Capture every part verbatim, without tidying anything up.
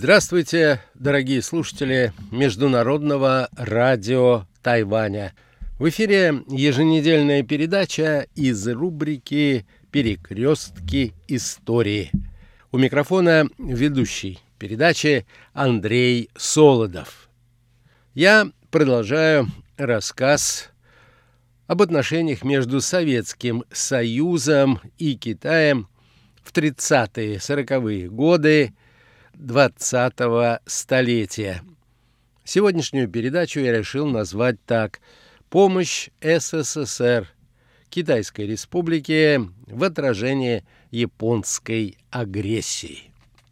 Здравствуйте, дорогие слушатели Международного радио Тайваня. В эфире еженедельная передача из рубрики «Перекрестки истории». У микрофона ведущий передачи Андрей Солодов. Я продолжаю рассказ об отношениях между Советским Союзом и Китаем в тридцатые-сороковые годы двадцатого столетия. Сегодняшнюю передачу я решил назвать так: «Помощь СССР Китайской Республике в отражении японской агрессии».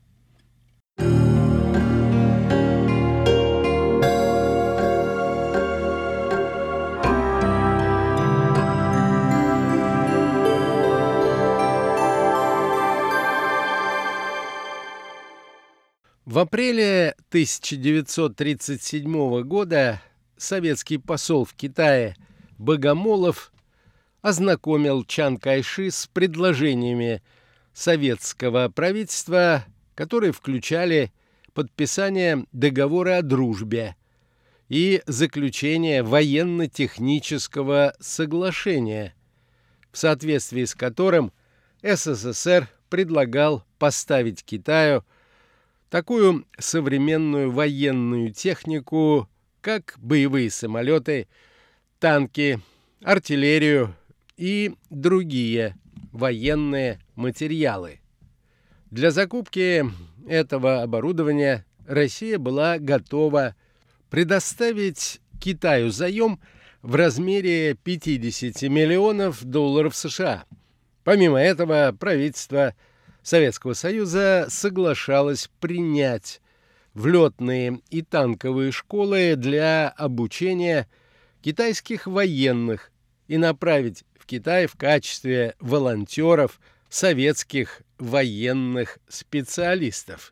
В апреле тысяча девятьсот тридцать седьмого года советский посол в Китае Богомолов ознакомил Чан Кайши с предложениями советского правительства, которые включали подписание договора о дружбе и заключение военно-технического соглашения, в соответствии с которым СССР предлагал поставить Китаю такую современную военную технику, как боевые самолеты, танки, артиллерию и другие военные материалы. Для закупки этого оборудования Россия была готова предоставить Китаю заем в размере пятьдесят миллионов долларов США. Помимо этого, правительство Советского Союза соглашалось принять в летные и танковые школы для обучения китайских военных и направить в Китай в качестве волонтеров советских военных специалистов.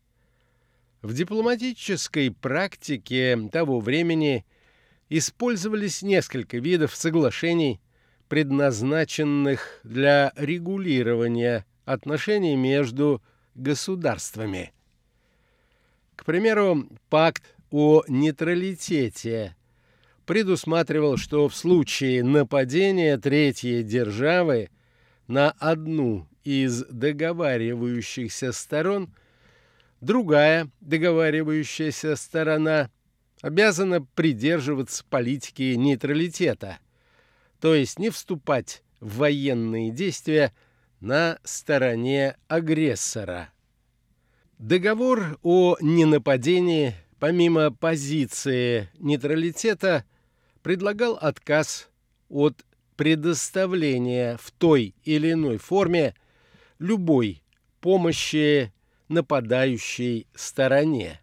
В дипломатической практике того времени использовались несколько видов соглашений, предназначенных для регулирования отношений между государствами. К примеру, пакт о нейтралитете предусматривал, что в случае нападения третьей державы на одну из договаривающихся сторон, другая договаривающаяся сторона обязана придерживаться политики нейтралитета, то есть не вступать в военные действия на стороне агрессора. Договор о ненападении, помимо позиции нейтралитета, предлагал отказ от предоставления в той или иной форме любой помощи нападающей стороне.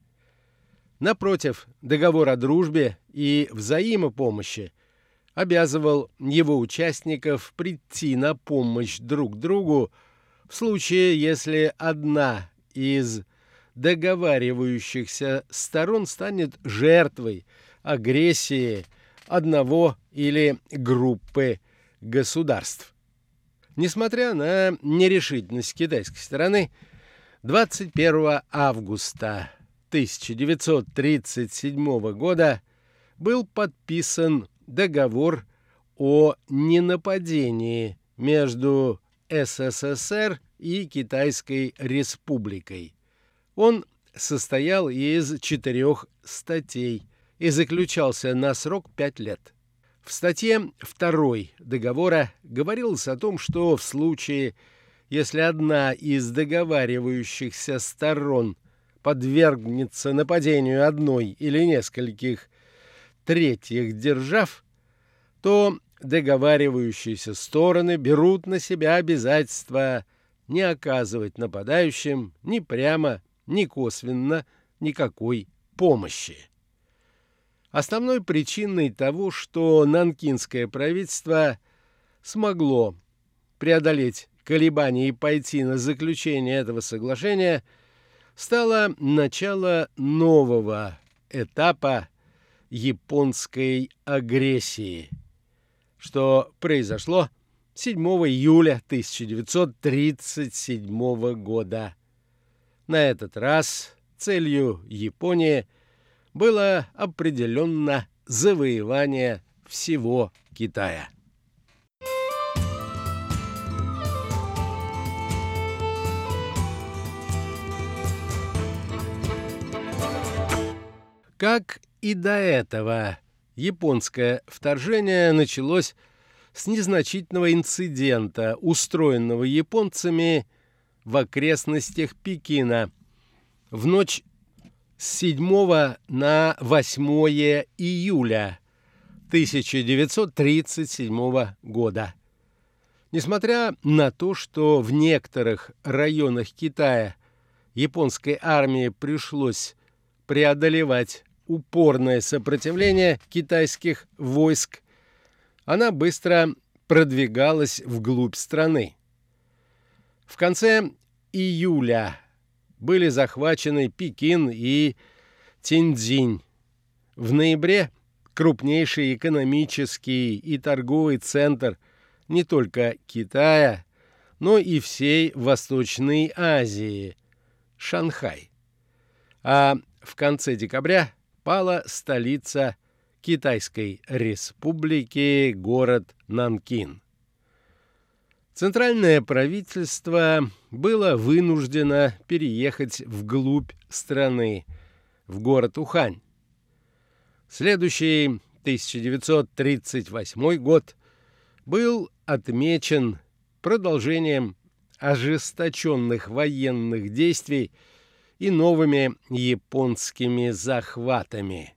Напротив, договор о дружбе и взаимопомощи обязывал его участников прийти на помощь друг другу в случае, если одна из договаривающихся сторон станет жертвой агрессии одного или группы государств. Несмотря на нерешительность китайской стороны, двадцать первого августа тысяча девятьсот тридцать седьмого года был подписан договор о ненападении между СССР и Китайской Республикой. Он состоял из четырех статей и заключался на срок пять лет. В статье второй договора говорилось о том, что в случае, если одна из договаривающихся сторон подвергнется нападению одной или нескольких третьих держав, то договаривающиеся стороны берут на себя обязательство не оказывать нападающим ни прямо, ни косвенно никакой помощи. Основной причиной того, что нанкинское правительство смогло преодолеть колебания и пойти на заключение этого соглашения, стало начало нового этапа японской агрессии, что произошло седьмого июля тысяча девятьсот тридцать седьмого года. На этот раз целью Японии было определенно завоевание всего Китая. Как и до этого, японское вторжение началось с незначительного инцидента, устроенного японцами в окрестностях Пекина в ночь с седьмого на восьмое июля тысяча девятьсот тридцать седьмого года. Несмотря на то, что в некоторых районах Китая японской армии пришлось преодолевать упорное сопротивление китайских войск, она быстро продвигалась вглубь страны. В конце июля были захвачены Пекин и Тяньцзинь. В ноябре крупнейший экономический и торговый центр не только Китая, но и всей Восточной Азии – Шанхай. А в конце декабря пала столица Китайской Республики, город Нанкин. Центральное правительство было вынуждено переехать вглубь страны, в город Ухань. Следующий тысяча девятьсот тридцать восьмой год был отмечен продолжением ожесточенных военных действий и новыми японскими захватами.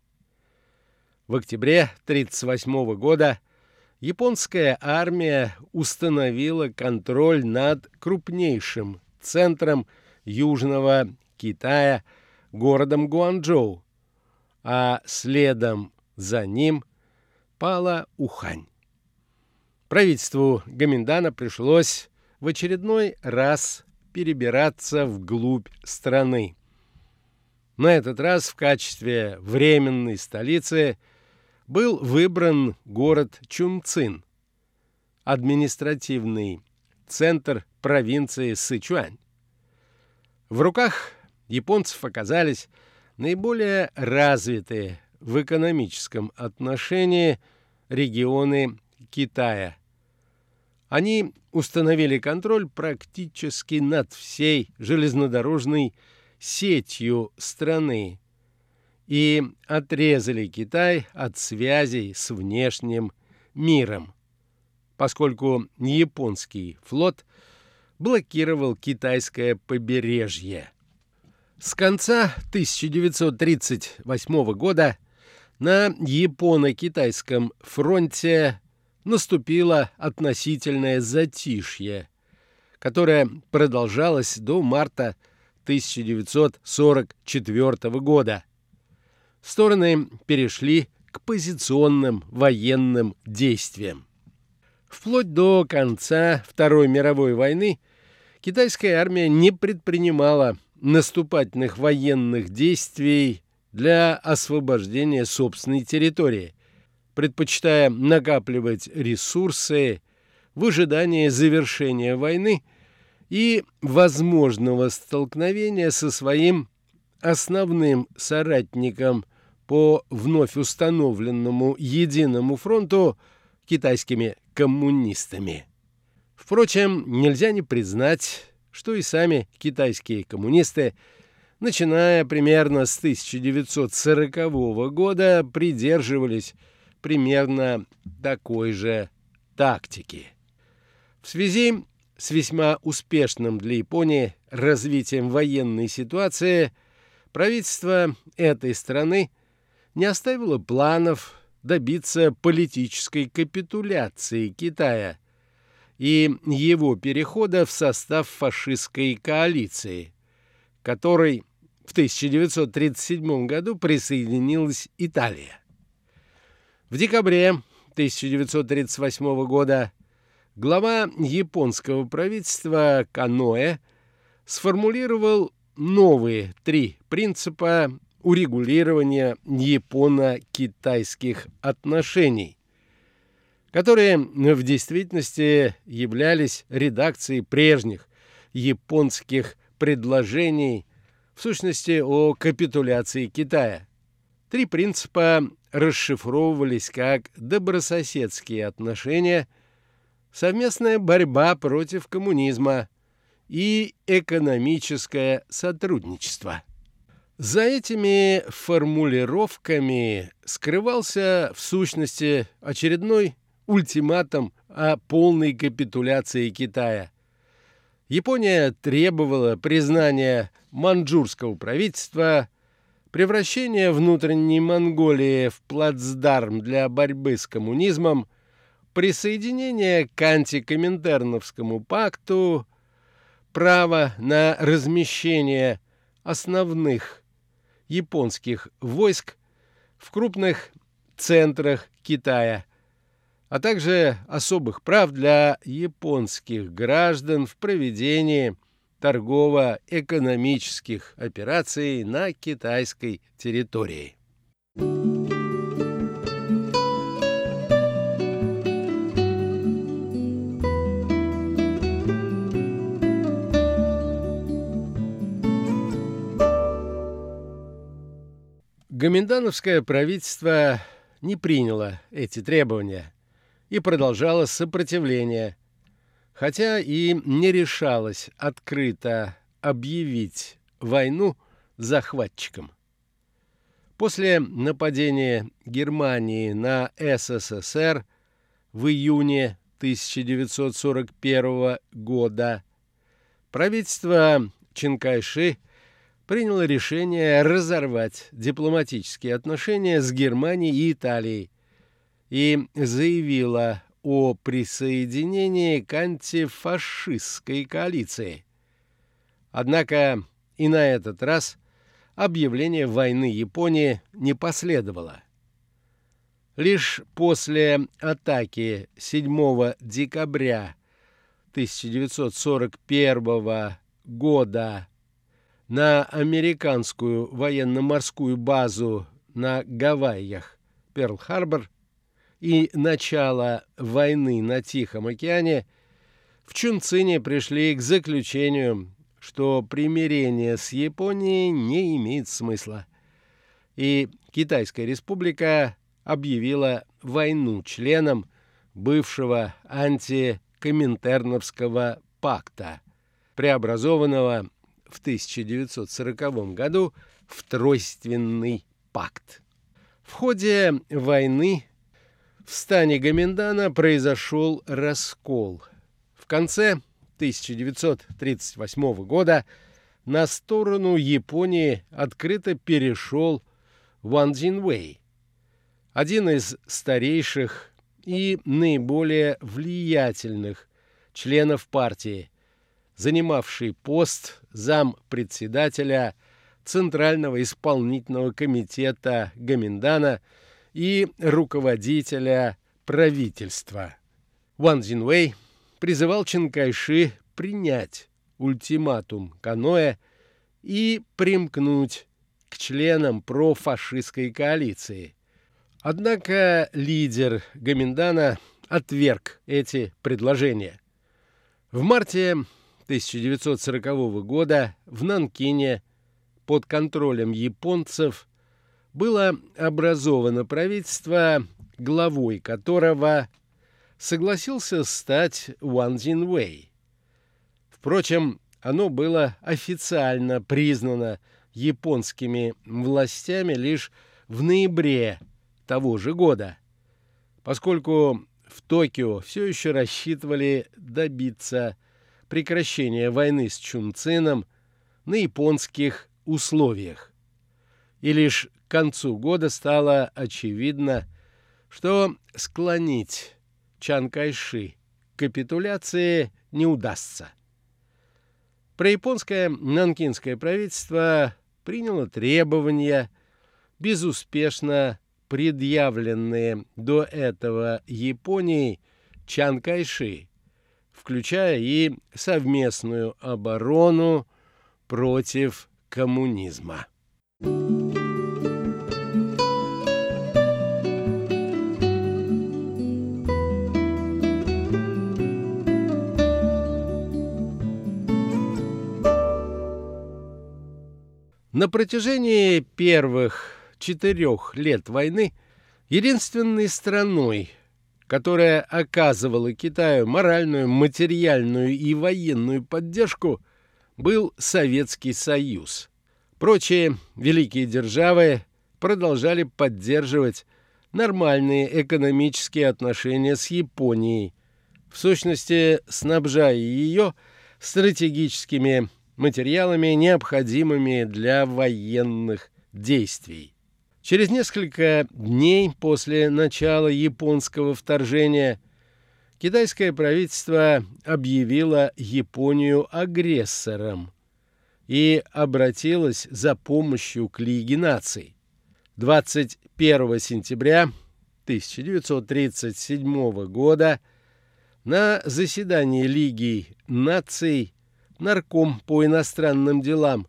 В октябре тысяча девятьсот тридцать восьмого года японская армия установила контроль над крупнейшим центром Южного Китая, городом Гуанчжоу, а следом за ним пала Ухань. Правительству Гоминдана пришлось в очередной раз перебираться вглубь страны. На этот раз в качестве временной столицы был выбран город Чунцин, административный центр провинции Сычуань. В руках японцев оказались наиболее развитые в экономическом отношении регионы Китая. Они установили контроль практически над всей железнодорожной сетью страны и отрезали Китай от связей с внешним миром, поскольку японский флот блокировал китайское побережье. С конца тысяча девятьсот тридцать восьмого года на японо-китайском фронте наступило относительное затишье, которое продолжалось до марта тысяча девятьсот сорок четвёртого года. Стороны перешли к позиционным военным действиям. Вплоть до конца Второй мировой войны китайская армия не предпринимала наступательных военных действий для освобождения собственной территории, предпочитая накапливать ресурсы в ожидании завершения войны и возможного столкновения со своим основным соратником по вновь установленному единому фронту китайскими коммунистами. Впрочем, нельзя не признать, что и сами китайские коммунисты, начиная примерно с тысяча девятьсот сорокового года, придерживались примерно такой же тактики. В связи с весьма успешным для Японии развитием военной ситуации правительство этой страны не оставило планов добиться политической капитуляции Китая и его перехода в состав фашистской коалиции, к которой в тысяча девятьсот тридцать седьмом году присоединилась Италия. В декабре тысяча девятьсот тридцать восьмого года глава японского правительства Каноэ сформулировал новые три принципа урегулирования японо-китайских отношений, которые в действительности являлись редакцией прежних японских предложений в сущности, о капитуляции Китая. Три принципа расшифровывались как добрососедские отношения, совместная борьба против коммунизма и экономическое сотрудничество. За этими формулировками скрывался, в сущности, очередной ультиматум о полной капитуляции Китая. Япония требовала признания маньчжурского правительства, превращения внутренней Монголии в плацдарм для борьбы с коммунизмом, присоединения к антикоминтерновскому пакту, право на размещение основных японских войск в крупных центрах Китая, а также особых прав для японских граждан в проведении торгово-экономических операций на китайской территории. Гоминдановское правительство не приняло эти требования и продолжало сопротивление, хотя и не решалось открыто объявить войну захватчикам. После нападения Германии на СССР в июне тысяча девятьсот сорок первого года правительство Чан Кай-ши приняло решение разорвать дипломатические отношения с Германией и Италией и заявило о присоединении к антифашистской коалиции. Однако и на этот раз объявление войны Японии не последовало. Лишь после атаки седьмого декабря тысяча девятьсот сорок первого года на американскую военно-морскую базу на Гавайях Перл-Харбор и начало войны на Тихом океане в Чунцине пришли к заключению, что примирение с Японией не имеет смысла, и Китайская республика объявила войну членам бывшего антикоминтерновского пакта, преобразованного в тысяча девятьсот сороковом году в Тройственный пакт. В ходе войны в стане Гоминдана произошел раскол. В конце тысяча девятьсот тридцать восьмого года на сторону Японии открыто перешел Ван Цзиньвэй, один из старейших и наиболее влиятельных членов партии, занимавший пост зампредседателя Центрального исполнительного комитета Гоминдана и руководителя правительства. Ван Цзиньвэй призывал Чан Кай-ши принять ультиматум Каноэ и примкнуть к членам профашистской коалиции. Однако лидер Гоминдана отверг эти предложения. В марте тысяча девятьсот сорокового года в Нанкине под контролем японцев было образовано правительство, главой которого согласился стать Ван Цзиньвэй. Впрочем, оно было официально признано японскими властями лишь в ноябре того же года, поскольку в Токио все еще рассчитывали добиться прекращения войны с Чунцином на японских условиях. И лишь к концу года стало очевидно, что склонить Чан Кай-ши к капитуляции не удастся. Прояпонское нанкинское правительство приняло требования, безуспешно предъявленные до этого Японией Чан Кай-ши, включая и совместную оборону против коммунизма. На протяжении первых четырех лет войны единственной страной, которая оказывала Китаю моральную, материальную и военную поддержку, был Советский Союз. Прочие великие державы продолжали поддерживать нормальные экономические отношения с Японией, в сущности, снабжая ее стратегическими материалами, необходимыми для военных действий. Через несколько дней после начала японского вторжения китайское правительство объявило Японию агрессором и обратилось за помощью к Лиге наций. двадцать первого сентября тысяча девятьсот тридцать седьмого года на заседании Лиги наций нарком по иностранным делам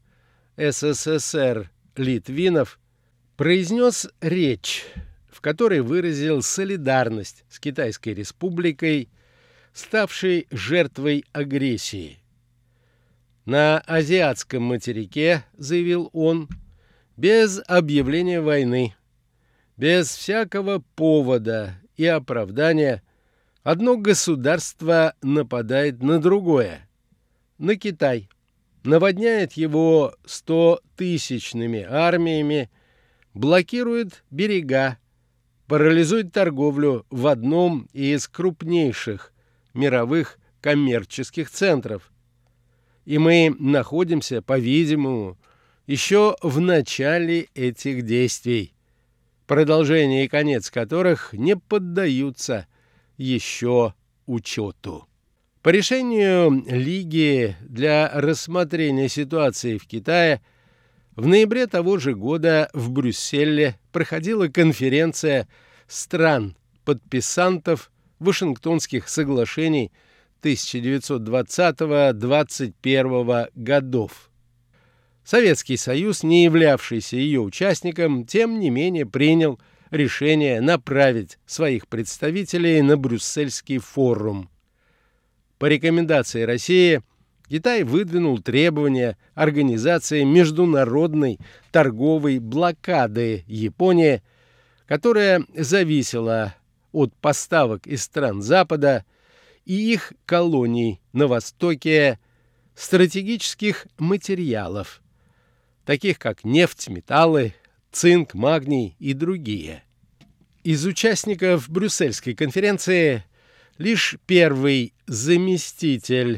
СССР Литвинов произнес речь, в которой выразил солидарность с Китайской Республикой, ставшей жертвой агрессии. На азиатском материке, заявил он, без объявления войны, без всякого повода и оправдания, одно государство нападает на другое, на Китай, наводняет его стотысячными армиями, блокирует берега, парализует торговлю в одном из крупнейших мировых коммерческих центров. И мы находимся, по-видимому, еще в начале этих действий, продолжение и конец которых не поддаются еще учету. По решению Лиги для рассмотрения ситуации в Китае в ноябре того же года в Брюсселе проходила конференция стран-подписантов Вашингтонских соглашений тысяча девятьсот двадцатого — двадцать первого годов. Советский Союз, не являвшийся ее участником, тем не менее принял решение направить своих представителей на Брюссельский форум. По рекомендации России Китай выдвинул требования организации международной торговой блокады Японии, которая зависела от поставок из стран Запада и их колоний на Востоке стратегических материалов, таких как нефть, металлы, цинк, магний и другие. Из участников Брюссельской конференции лишь первый заместитель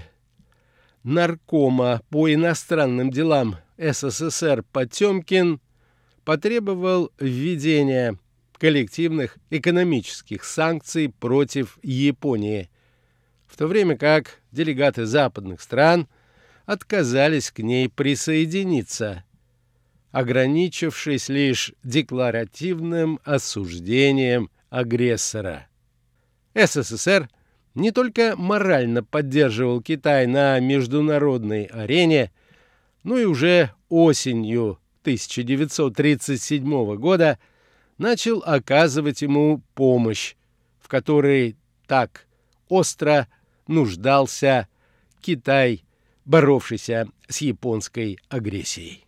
наркома по иностранным делам СССР Потемкин потребовал введения коллективных экономических санкций против Японии, в то время как делегаты западных стран отказались к ней присоединиться, ограничившись лишь декларативным осуждением агрессора. СССР не только морально поддерживал Китай на международной арене, но и уже осенью тысяча девятьсот тридцать седьмого года начал оказывать ему помощь, в которой так остро нуждался Китай, боровшийся с японской агрессией.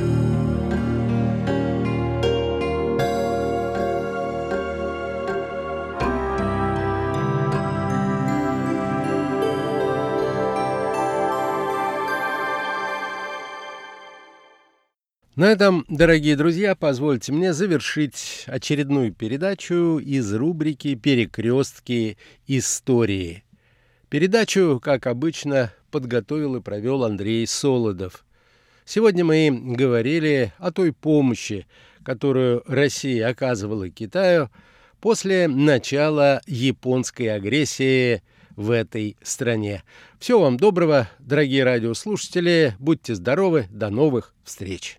На этом, дорогие друзья, позвольте мне завершить очередную передачу из рубрики «Перекрестки истории». Передачу, как обычно, подготовил и провел Андрей Солодов. Сегодня мы говорили о той помощи, которую Россия оказывала Китаю после начала японской агрессии в этой стране. Всего вам доброго, дорогие радиослушатели, будьте здоровы, до новых встреч!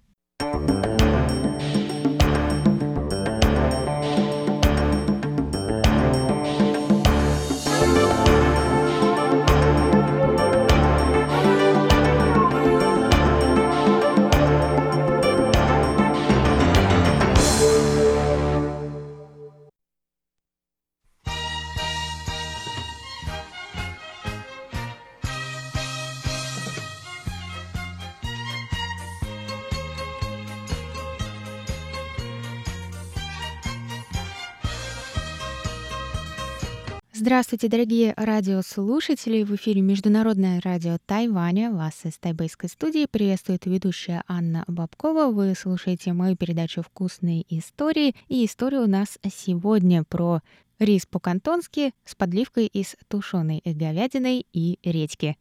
Здравствуйте, дорогие радиослушатели! В эфире Международное радио Тайваня. Вас из тайбэйской студии приветствует ведущая Анна Бабкова. Вы слушаете мою передачу «Вкусные истории». И история у нас сегодня про рис по-кантонски с подливкой из тушеной говядины и редьки.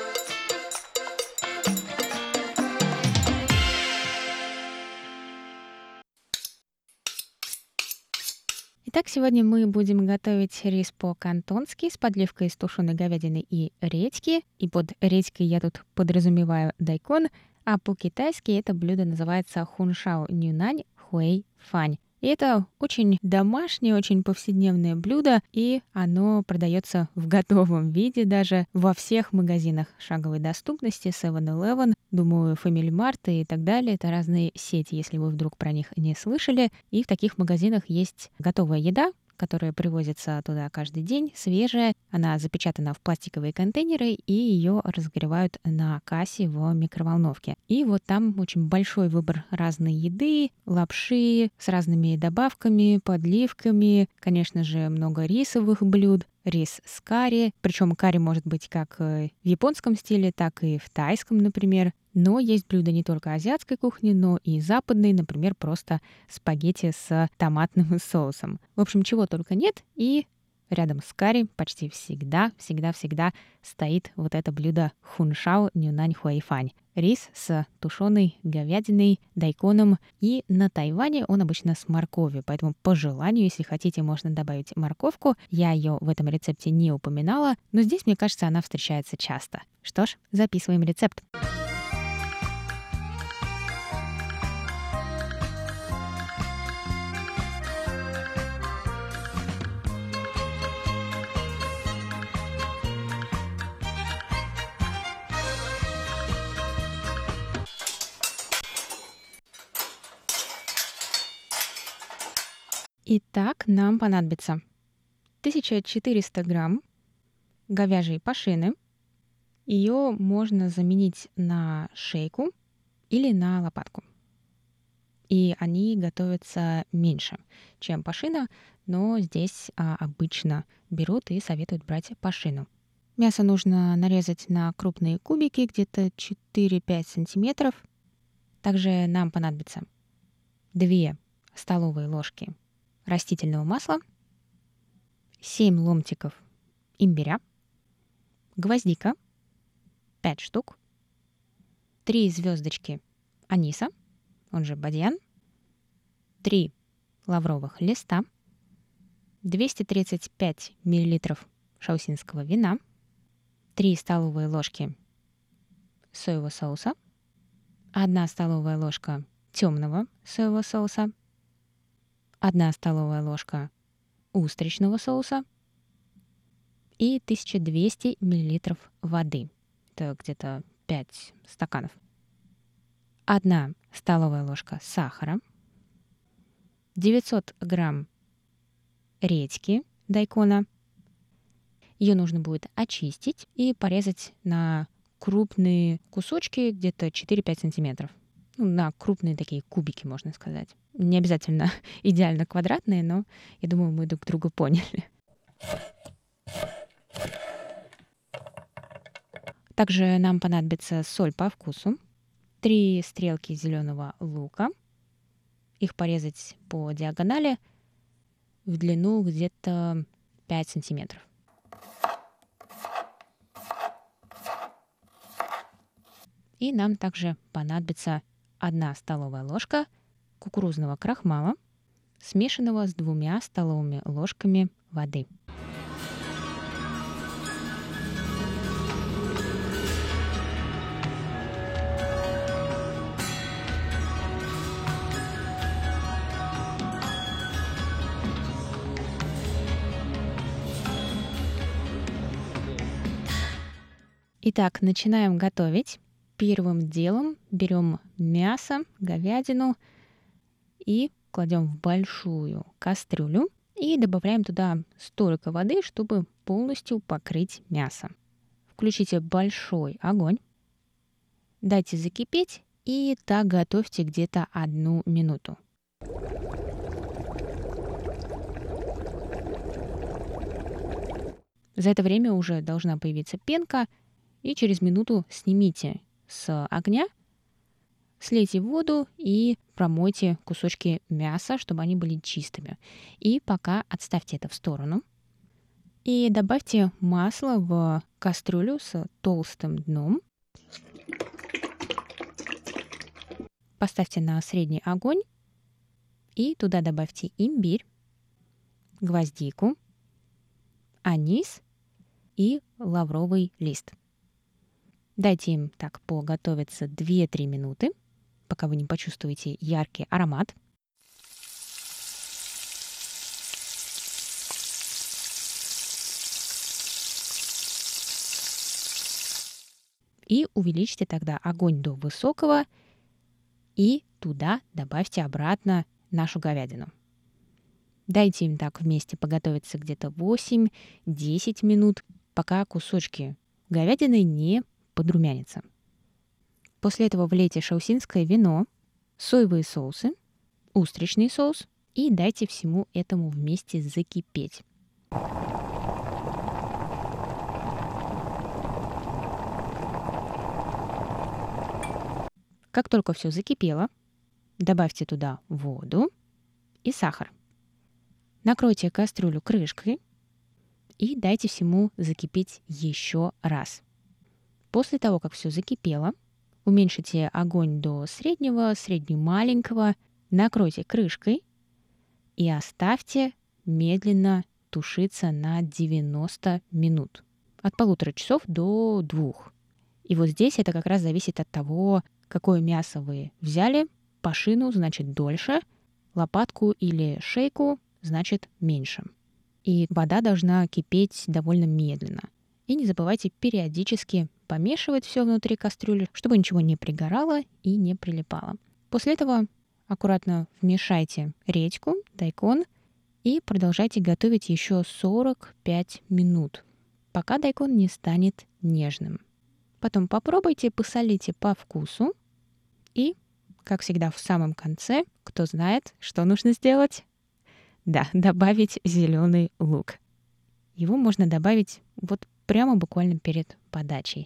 Итак, сегодня мы будем готовить рис по-кантонски с подливкой из тушеной говядины и редьки. И под редькой я тут подразумеваю дайкон, а по-китайски это блюдо называется хуншао нюнань хуэй фань. И это очень домашнее, очень повседневное блюдо, и оно продается в готовом виде даже во всех магазинах шаговой доступности, севен элевен, думаю, Family Mart и так далее. Это разные сети, если вы вдруг про них не слышали. И в таких магазинах есть готовая еда, которая привозится туда каждый день, свежая. Она запечатана в пластиковые контейнеры, и ее разогревают на кассе в микроволновке. И вот там очень большой выбор разной еды, лапши с разными добавками, подливками, конечно же, много рисовых блюд, рис с карри. Причем карри может быть как в японском стиле, так и в тайском, например. Но есть блюда не только азиатской кухни, но и западной, например, просто спагетти с томатным соусом. В общем, чего только нет, и рядом с карри почти всегда, всегда-всегда стоит вот это блюдо хуншао нюнань хуэй фань. Рис с тушеной говядиной, дайконом, и на Тайване он обычно с морковью, поэтому по желанию, если хотите, можно добавить морковку. Я ее в этом рецепте не упоминала, но здесь, мне кажется, она встречается часто. Что ж, записываем рецепт. Итак, нам понадобится тысяча четыреста грамм говяжьей пашины. Ее можно заменить на шейку или на лопатку. И они готовятся меньше, чем пашина, но здесь а, обычно берут и советуют брать пашину. Мясо нужно нарезать на крупные кубики, где-то четыре-пять сантиметров. Также нам понадобится две столовые ложки растительного масла, семь ломтиков имбиря, гвоздика пять штук, три звездочки аниса, он же бадьян, три лавровых листа, двести тридцать пять миллилитров шаосинского вина, три столовые ложки соевого соуса, одна столовая ложка темного соевого соуса, одна столовая ложка устричного соуса и тысяча двести миллилитров воды. Это где-то пять стаканов. одна столовая ложка сахара, девятьсот грамм редьки дайкона. Ее нужно будет очистить и порезать на крупные кусочки, где-то четыре-пять сантиметров. Ну, на крупные такие кубики, можно сказать. Не обязательно идеально квадратные, но я думаю, мы друг друга поняли. Также нам понадобится соль по вкусу, три стрелки зеленого лука. Их порезать по диагонали в длину где-то пять сантиметров. И нам также понадобится одна столовая ложка кукурузного крахмала, смешанного с двумя столовыми ложками воды. Итак, начинаем готовить. Первым делом берем мясо, говядину и кладем в большую кастрюлю и добавляем туда столько воды, чтобы полностью покрыть мясо. Включите большой огонь, дайте закипеть и так готовьте где-то одну минуту. За это время уже должна появиться пенка, и через минуту снимите с огня, слейте воду и промойте кусочки мяса, чтобы они были чистыми. И пока отставьте это в сторону. И добавьте масло в кастрюлю с толстым дном. Поставьте на средний огонь. И туда добавьте имбирь, гвоздику, анис и лавровый лист. Дайте им так поготовиться две-три минуты, пока вы не почувствуете яркий аромат. И увеличьте тогда огонь до высокого, и туда добавьте обратно нашу говядину. Дайте им так вместе поготовиться где-то восемь-десять минут, пока кусочки говядины не подрумянятся. После этого влейте шаосинское вино, соевые соусы, устричный соус и дайте всему этому вместе закипеть. Как только все закипело, добавьте туда воду и сахар. Накройте кастрюлю крышкой и дайте всему закипеть еще раз. После того, как все закипело, уменьшите огонь до среднего, средне-маленького, накройте крышкой и оставьте медленно тушиться на девяносто минут. От полутора часов до двух. И вот здесь это как раз зависит от того, какое мясо вы взяли. Пашину значит дольше, лопатку или шейку значит меньше. И вода должна кипеть довольно медленно. И не забывайте периодически помешивать все внутри кастрюли, чтобы ничего не пригорало и не прилипало. После этого аккуратно вмешайте редьку, дайкон и продолжайте готовить еще сорок пять минут, пока дайкон не станет нежным. Потом попробуйте, посолите по вкусу. И, как всегда, в самом конце, кто знает, что нужно сделать? Да, добавить зеленый лук. Его можно добавить вот прямо буквально перед подачей.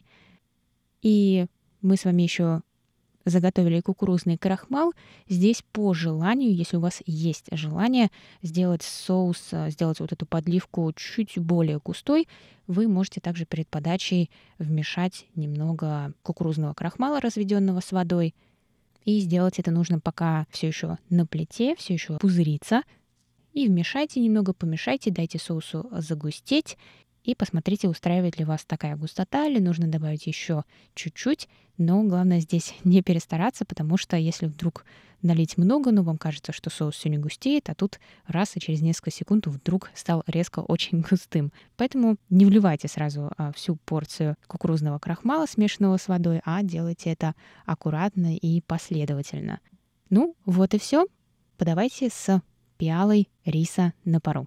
И мы с вами еще заготовили кукурузный крахмал. Здесь по желанию, если у вас есть желание сделать соус, сделать вот эту подливку чуть более густой, вы можете также перед подачей вмешать немного кукурузного крахмала, разведенного с водой. И сделать это нужно пока все еще на плите, все еще пузырится. И вмешайте немного, помешайте, дайте соусу загустеть. И посмотрите, устраивает ли вас такая густота, или нужно добавить еще чуть-чуть. Но главное здесь не перестараться, потому что если вдруг налить много, но вам кажется, что соус все не густеет, а тут раз и через несколько секунд вдруг стал резко очень густым. Поэтому не вливайте сразу а, всю порцию кукурузного крахмала, смешанного с водой, а делайте это аккуратно и последовательно. Ну, вот и все. Подавайте с пиалой риса на пару.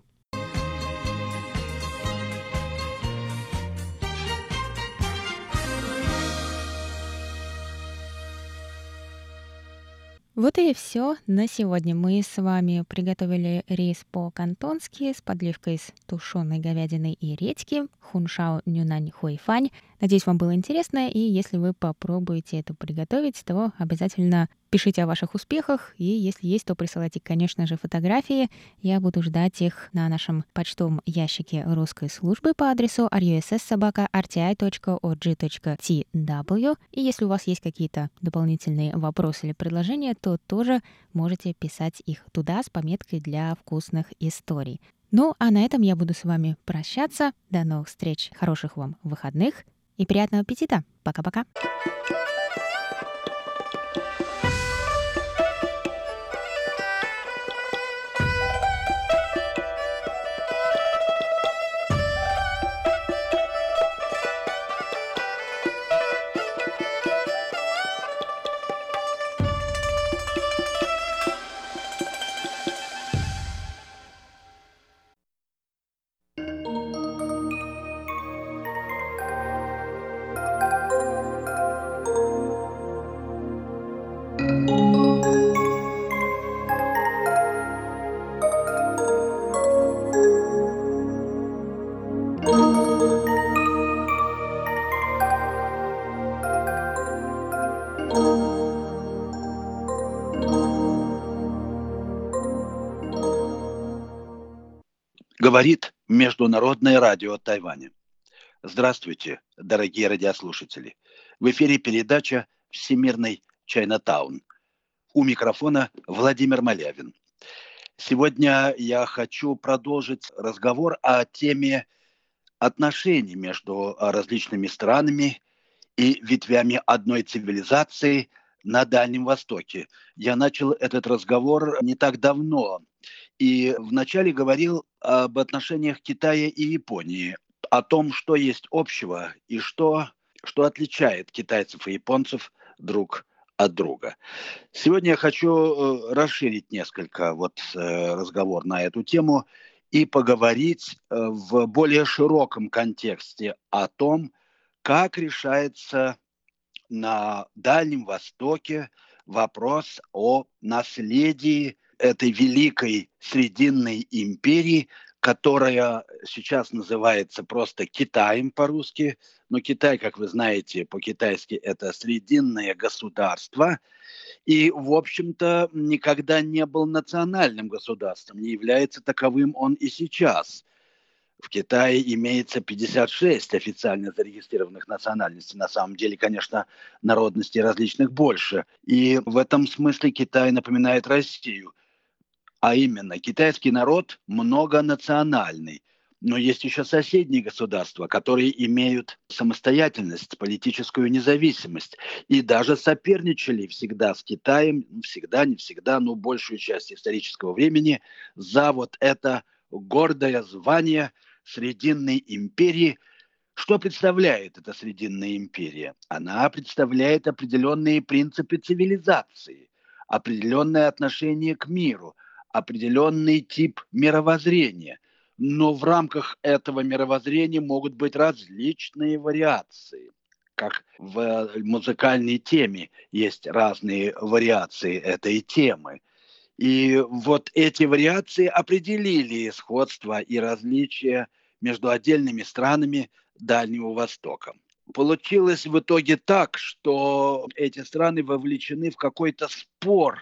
Вот и все на сегодня. Мы с вами приготовили рис по-кантонски с подливкой из тушеной говядины и редьки хуншао нюнань хуйфань. Надеюсь, вам было интересно, и если вы попробуете это приготовить, то обязательно пишите о ваших успехах, и если есть, то присылайте, конечно же, фотографии. Я буду ждать их на нашем почтовом ящике русской службы по адресу ар ю эс эс собака ар ти ай точка о джи точка ти дабл ю. И если у вас есть какие-то дополнительные вопросы или предложения, то тоже можете писать их туда с пометкой для вкусных историй. Ну, а на этом я буду с вами прощаться. До новых встреч, хороших вам выходных и приятного аппетита. Пока-пока. Говорит Международное радио Тайваня. Здравствуйте, дорогие радиослушатели. В эфире передача «Всемирный Чайнатаун». У микрофона Владимир Малявин. Сегодня я хочу продолжить разговор о теме отношений между различными странами и ветвями одной цивилизации на Дальнем Востоке. Я начал этот разговор не так давно, и вначале говорил об отношениях Китая и Японии, о том, что есть общего и что, что отличает китайцев и японцев друг от друга. Сегодня я хочу расширить несколько вот разговор на эту тему и поговорить в более широком контексте о том, как решается на Дальнем Востоке вопрос о наследии этой великой Срединной империи, которая сейчас называется просто Китаем по-русски. Но Китай, как вы знаете, по-китайски это Срединное государство. И, в общем-то, никогда не был национальным государством, не является таковым он и сейчас. В Китае имеется пятьдесят шесть официально зарегистрированных национальностей. На самом деле, конечно, народностей различных больше. И в этом смысле Китай напоминает Россию. А именно, китайский народ многонациональный. Но есть еще соседние государства, которые имеют самостоятельность, политическую независимость. И даже соперничали всегда с Китаем, всегда, не всегда, но большую часть исторического времени за вот это гордое звание Срединной империи. Что представляет эта Срединная империя? Она представляет определенные принципы цивилизации, определенное отношение к миру, определенный тип мировоззрения. Но в рамках этого мировоззрения могут быть различные вариации. Как в музыкальной теме есть разные вариации этой темы. И вот эти вариации определили сходство и различия между отдельными странами Дальнего Востока. Получилось в итоге так, что эти страны вовлечены в какой-то спор,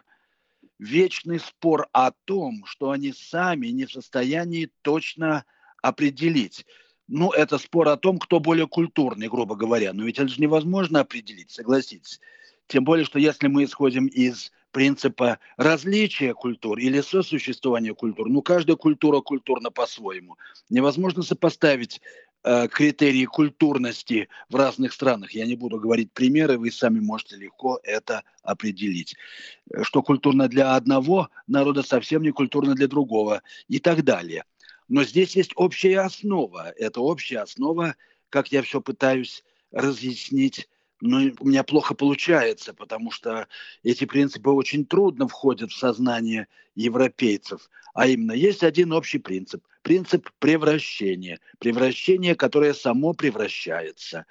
вечный спор о том, что они сами не в состоянии точно определить. Ну, это спор о том, кто более культурный, грубо говоря. Но ведь это же невозможно определить, согласитесь. Тем более, что если мы исходим из принципа различия культур или сосуществования культур, ну, каждая культура культурна по-своему. Невозможно сопоставить э, критерии культурности в разных странах. Я не буду говорить примеры, вы сами можете легко это определить. Что культурно для одного народа, совсем не культурно для другого и так далее. Но здесь есть общая основа. Это общая основа, как я все пытаюсь разъяснить. Но у меня плохо получается, потому что эти принципы очень трудно входят в сознание европейцев. А именно, есть один общий принцип. Принцип превращения. Превращение, которое само превращается.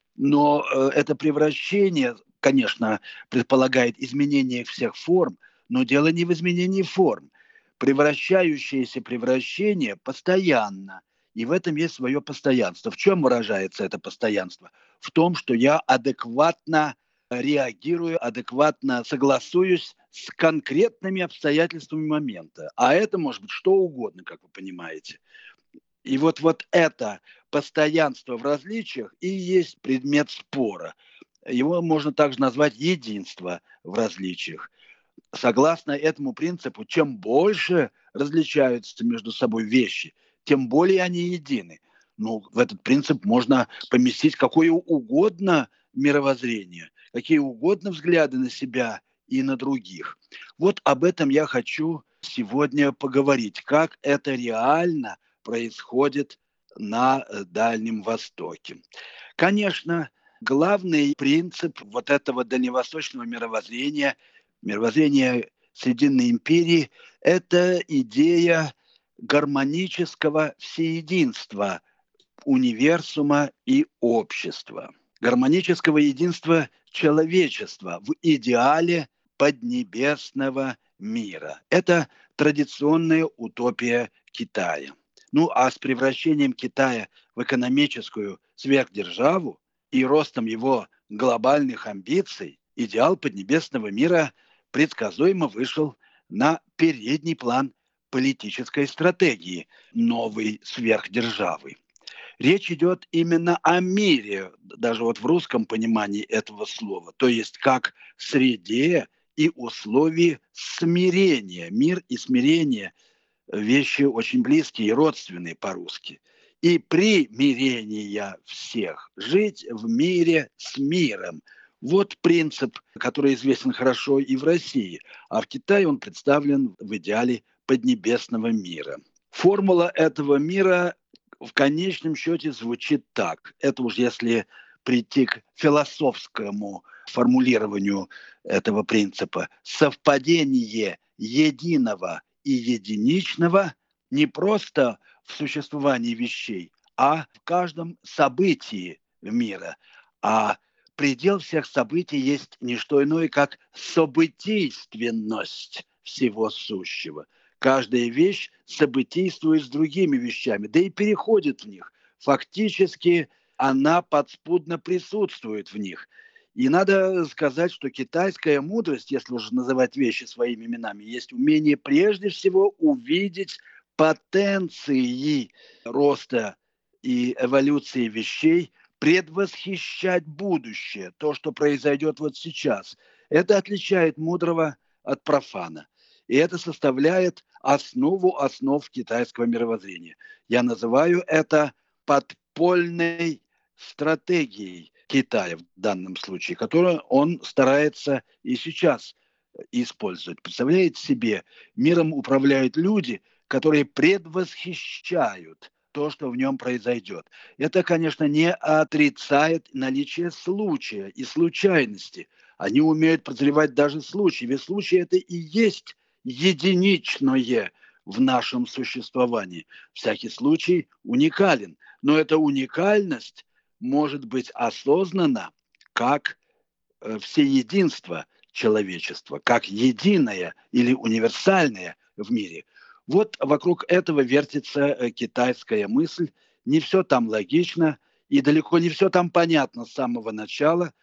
Но э, это превращение, конечно, предполагает изменение всех форм, но дело не в изменении форм. Превращающееся превращение постоянно. И в этом есть свое постоянство. В чем выражается это постоянство? В том, что я адекватно реагирую, адекватно согласуюсь с конкретными обстоятельствами момента. А это может быть что угодно, как вы понимаете. И вот, вот это постоянство в различиях и есть предмет спора. Его можно также назвать единство в различиях. Согласно этому принципу, чем больше различаются между собой вещи, тем более они едины. Ну, в этот принцип можно поместить какое угодно мировоззрение, какие угодно взгляды на себя и на других. Вот об этом я хочу сегодня поговорить, как это реально происходит на Дальнем Востоке. Конечно, главный принцип вот этого дальневосточного мировоззрения, мировоззрения Срединной империи, это идея гармонического всеединства универсума и общества, гармонического единства человечества в идеале поднебесного мира. Это традиционная утопия Китая. Ну а с превращением Китая в экономическую сверхдержаву и ростом его глобальных амбиций идеал поднебесного мира предсказуемо вышел на передний план политической стратегии новой сверхдержавы. Речь идет именно о мире, даже вот в русском понимании этого слова, то есть как среде и условии смирения. Мир и смирение – вещи очень близкие и родственные по-русски. И примирения всех, жить в мире с миром. Вот принцип, который известен хорошо и в России, а в Китае он представлен в идеале поднебесного мира. Формула этого мира в конечном счете звучит так. Это уж если прийти к философскому формулированию этого принципа. Совпадение единого и единичного не просто в существовании вещей, а в каждом событии мира. А предел всех событий есть не что иное, как событийственность всего сущего. Каждая вещь событийствует с другими вещами, да и переходит в них. Фактически она подспудно присутствует в них. И надо сказать, что китайская мудрость, если уже называть вещи своими именами, есть умение прежде всего увидеть потенции роста и эволюции вещей, предвосхищать будущее, то, что произойдет вот сейчас. Это отличает мудрого от профана. И это составляет основу основ китайского мировоззрения. Я называю это подпольной стратегией Китая в данном случае, которую он старается и сейчас использовать. Представляете себе, миром управляют люди, которые предвосхищают то, что в нем произойдет. Это, конечно, не отрицает наличие случая и случайности. Они умеют прозревать даже случаи, ведь случай это и есть единичное в нашем существовании. Всякий случай уникален, но эта уникальность может быть осознана как э, всеединство человечества, как единое или универсальное в мире. Вот вокруг этого вертится э, китайская мысль. Не все там логично и далеко не все там понятно с самого начала,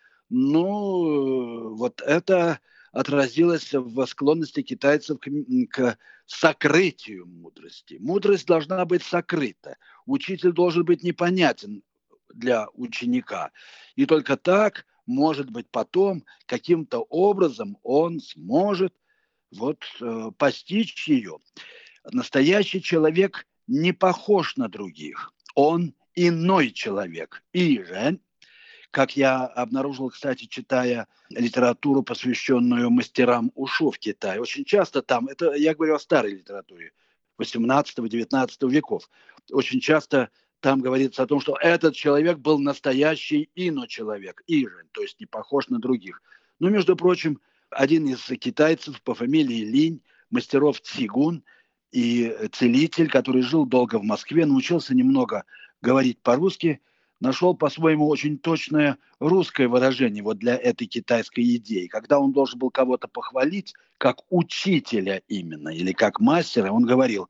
но э, вот это отразилось в склонности китайцев к, к сокрытию мудрости. Мудрость должна быть сокрыта. Учитель должен быть непонятен для ученика. И только так, может быть, потом каким-то образом он сможет вот, э, постичь ее. Настоящий человек не похож на других. Он иной человек. И же, как я обнаружил, кстати, читая литературу, посвященную мастерам ушу в Китае, очень часто там, это я говорю о старой литературе, восемнадцатого-девятнадцатого веков, очень часто там говорится о том, что этот человек был настоящий ино-человек, ирен, то есть не похож на других. Но, между прочим, один из китайцев по фамилии Линь, мастеров цигун и целитель, который жил долго в Москве, научился немного говорить по-русски, нашел по-своему очень точное русское выражение вот для этой китайской идеи. Когда он должен был кого-то похвалить, как учителя именно, или как мастера, он говорил,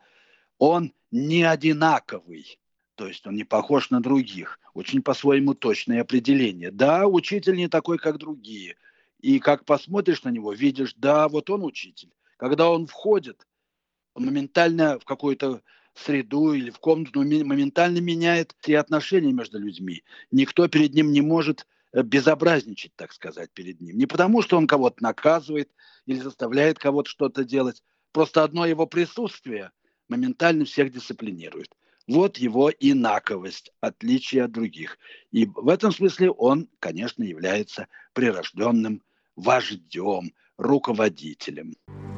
он не одинаковый, то есть он не похож на других. Очень по-своему точное определение. Да, учитель не такой, как другие. И как посмотришь на него, видишь, да, вот он учитель. Когда он входит, он моментально в какую-то среду или в комнату моментально меняет все отношения между людьми. Никто перед ним не может безобразничать, так сказать, перед ним. Не потому, что он кого-то наказывает или заставляет кого-то что-то делать. Просто одно его присутствие моментально всех дисциплинирует. Вот его инаковость, отличие от других. И в этом смысле он, конечно, является прирожденным вождем, руководителем.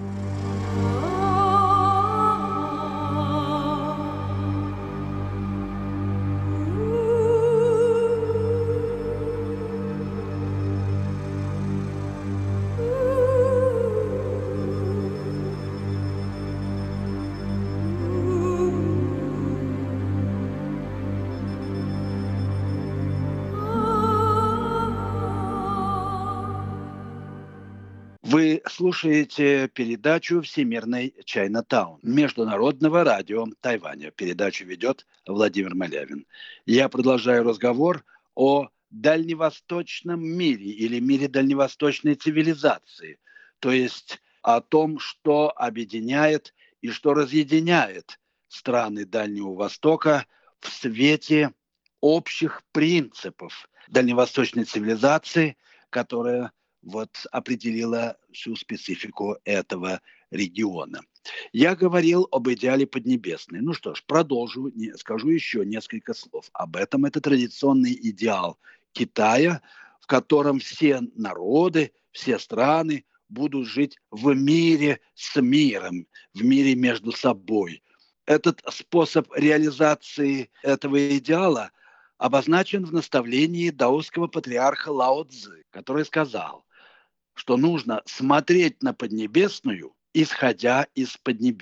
Вы слушаете передачу «Всемирный Чайнатаун» Международного радио Тайваня. Передачу ведет Владимир Малявин. Я продолжаю разговор о дальневосточном мире или мире дальневосточной цивилизации, то есть о том, что объединяет и что разъединяет страны Дальнего Востока в свете общих принципов дальневосточной цивилизации, которая вот определила всю специфику этого региона. Я говорил об идеале Поднебесной. Ну что ж, продолжу, не, скажу еще несколько слов об этом. Это традиционный идеал Китая, в котором все народы, все страны будут жить в мире с миром, в мире между собой. Этот способ реализации этого идеала обозначен в наставлении даосского патриарха Лао Цзы, который сказал, что нужно смотреть на Поднебесную, исходя из Поднебесной.